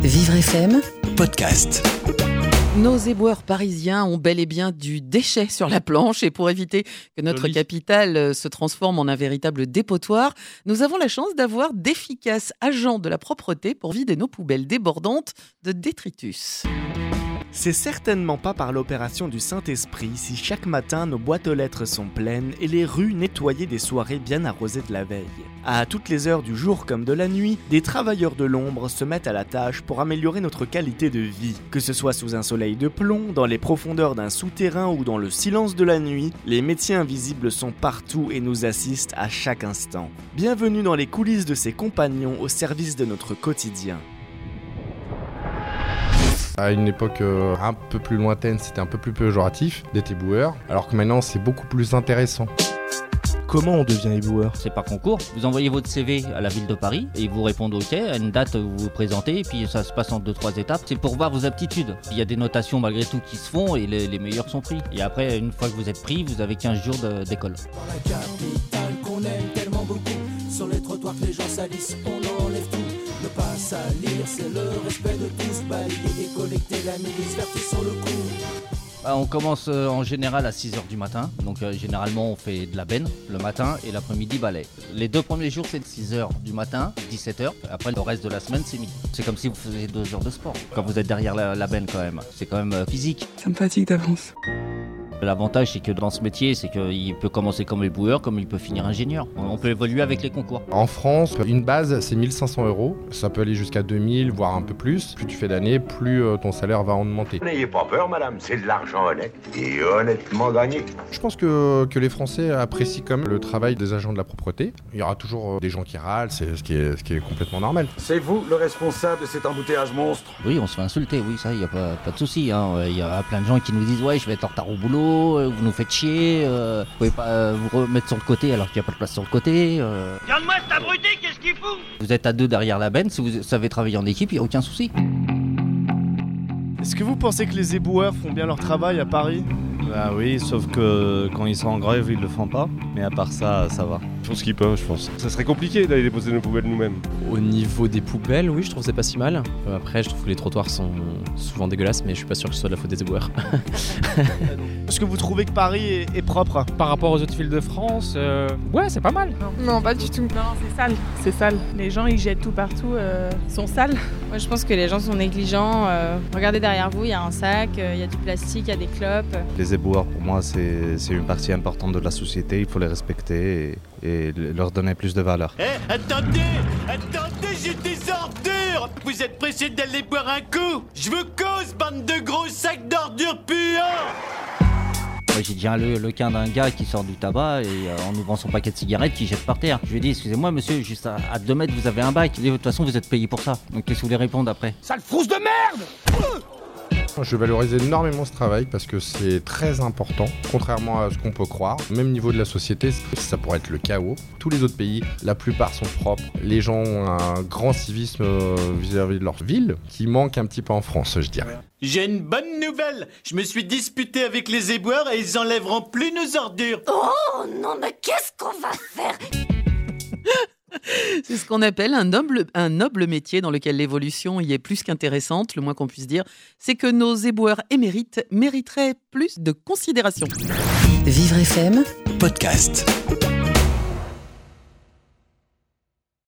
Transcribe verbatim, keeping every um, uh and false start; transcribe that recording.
Vivre F M podcast. Nos éboueurs parisiens ont bel et bien du déchet sur la planche, et pour éviter que notre Joli. capitale se transforme en un véritable dépotoir, nous avons la chance d'avoir d'efficaces agents de la propreté pour vider nos poubelles débordantes de détritus. C'est certainement pas par l'opération du Saint-Esprit si chaque matin nos boîtes aux lettres sont pleines et les rues nettoyées des soirées bien arrosées de la veille. À toutes les heures du jour comme de la nuit, des travailleurs de l'ombre se mettent à la tâche pour améliorer notre qualité de vie. Que ce soit sous un soleil de plomb, dans les profondeurs d'un souterrain ou dans le silence de la nuit, les métiers invisibles sont partout et nous assistent à chaque instant. Bienvenue dans les coulisses de ces compagnons au service de notre quotidien. À une époque euh, un peu plus lointaine, c'était un peu plus péjoratif d'être éboueur, alors que maintenant c'est beaucoup plus intéressant. Comment on devient éboueur ? C'est par concours. Vous envoyez votre C V à la ville de Paris et ils vous répondent OK, à une date vous vous présentez et puis ça se passe en deux trois étapes. C'est pour voir vos aptitudes. Il y a des notations malgré tout qui se font et les, les meilleurs sont pris. Et après, une fois que vous êtes pris, vous avez quinze jours de, d'école. Dans la capitale qu'on aime tellement beaucoup, sur les trottoirs que les gens salissent, on enlève tout. Ne pas salir, c'est le respect de tous. Balayer et collecter la milice, vertu sur le coup. Bah, on commence euh, en général à six heures du matin. Donc euh, généralement on fait de la benne le matin et l'après-midi balai. Les deux premiers jours c'est de six heures du matin, dix-sept heures. Après le reste de la semaine c'est midi. C'est comme si vous faisiez deux heures de sport. Quand vous êtes derrière la, la benne quand même. C'est quand même euh, physique. Ça me fatigue d'avance. L'avantage, c'est que dans ce métier, c'est qu'il peut commencer comme éboueur, comme il peut finir ingénieur. On peut évoluer avec les concours. En France, une base c'est mille cinq cents euros, ça peut aller jusqu'à deux mille, voire un peu plus. Plus tu fais d'années, plus euh, ton salaire va augmenter. N'ayez pas peur, madame, c'est de l'argent honnête et honnêtement gagné. Je pense que, que les Français apprécient quand même le travail des agents de la propreté. Il y aura toujours euh, des gens qui râlent, c'est ce qui est, ce qui est complètement normal. C'est vous le responsable de cet embouteillage monstre ? Oui, on se fait insulter, oui, ça, il n'y a pas, pas de souci. Hein. Il y a plein de gens qui nous disent « Ouais, je vais être en retard au boulot, vous nous faites chier, euh, vous pouvez pas euh, vous remettre sur le côté alors qu'il n'y a pas de place sur le côté. Euh... Regarde-moi cet abruti, qu'est-ce qu'il fout ? Vous êtes à deux derrière la benne, si vous savez travailler en équipe, il n'y a aucun souci. » Est-ce que vous pensez que les éboueurs font bien leur travail à Paris ? Bah oui, sauf que quand ils sont en grève, ils le font pas. Mais à part ça, ça va. Ils font ce qu'ils peuvent, je pense. Ça serait compliqué d'aller déposer nos poubelles nous-mêmes. Au niveau des poubelles, oui, je trouve que c'est pas si mal. Euh, après, je trouve que les trottoirs sont souvent dégueulasses, mais je suis pas sûr que ce soit de la faute des éboueurs. Est-ce que vous trouvez que Paris est, est propre ? Par rapport aux autres villes de France, euh... ouais, c'est pas mal. Non, non, pas du tout. Non, c'est sale. C'est sale. Les gens, ils jettent tout partout. Euh, ils sont sales. Moi, je pense que les gens sont négligents. Euh, regardez derrière vous, il y a un sac, il euh, y a du plastique, il y a des clopes. Les éboueurs, pour moi, c'est, c'est une partie importante de la société. Il faut les respecter et, et leur donner plus de valeur. Eh, hey, attendez Attendez, j'ai des ordures. Vous êtes pressés d'aller boire un coup ? Je vous cause, bande de gros sacs d'ordures puants. Ouais, j'ai déjà le, le cas d'un gars qui sort du tabac et euh, en ouvrant son paquet de cigarettes, qui jette par terre. Je lui ai dit, excusez-moi monsieur, juste à, à deux mètres vous avez un bac. Il dit, de toute façon vous êtes payé pour ça. Donc qu'est-ce que vous voulez répondre après ? Sale frousse de merde ! Je valorise énormément ce travail parce que c'est très important, contrairement à ce qu'on peut croire. Même niveau de la société, ça pourrait être le chaos. Tous les autres pays, la plupart sont propres. Les gens ont un grand civisme vis-à-vis de leur ville qui manque un petit peu en France, je dirais. J'ai une bonne nouvelle. Je me suis disputé avec les éboueurs et ils enlèveront plus nos ordures. Oh non, mais qu'est-ce qu'on va faire ? C'est ce qu'on appelle un noble, un noble métier dans lequel l'évolution y est plus qu'intéressante. Le moins qu'on puisse dire, c'est que nos éboueurs émérites mériteraient plus de considération. Vivre F M podcast.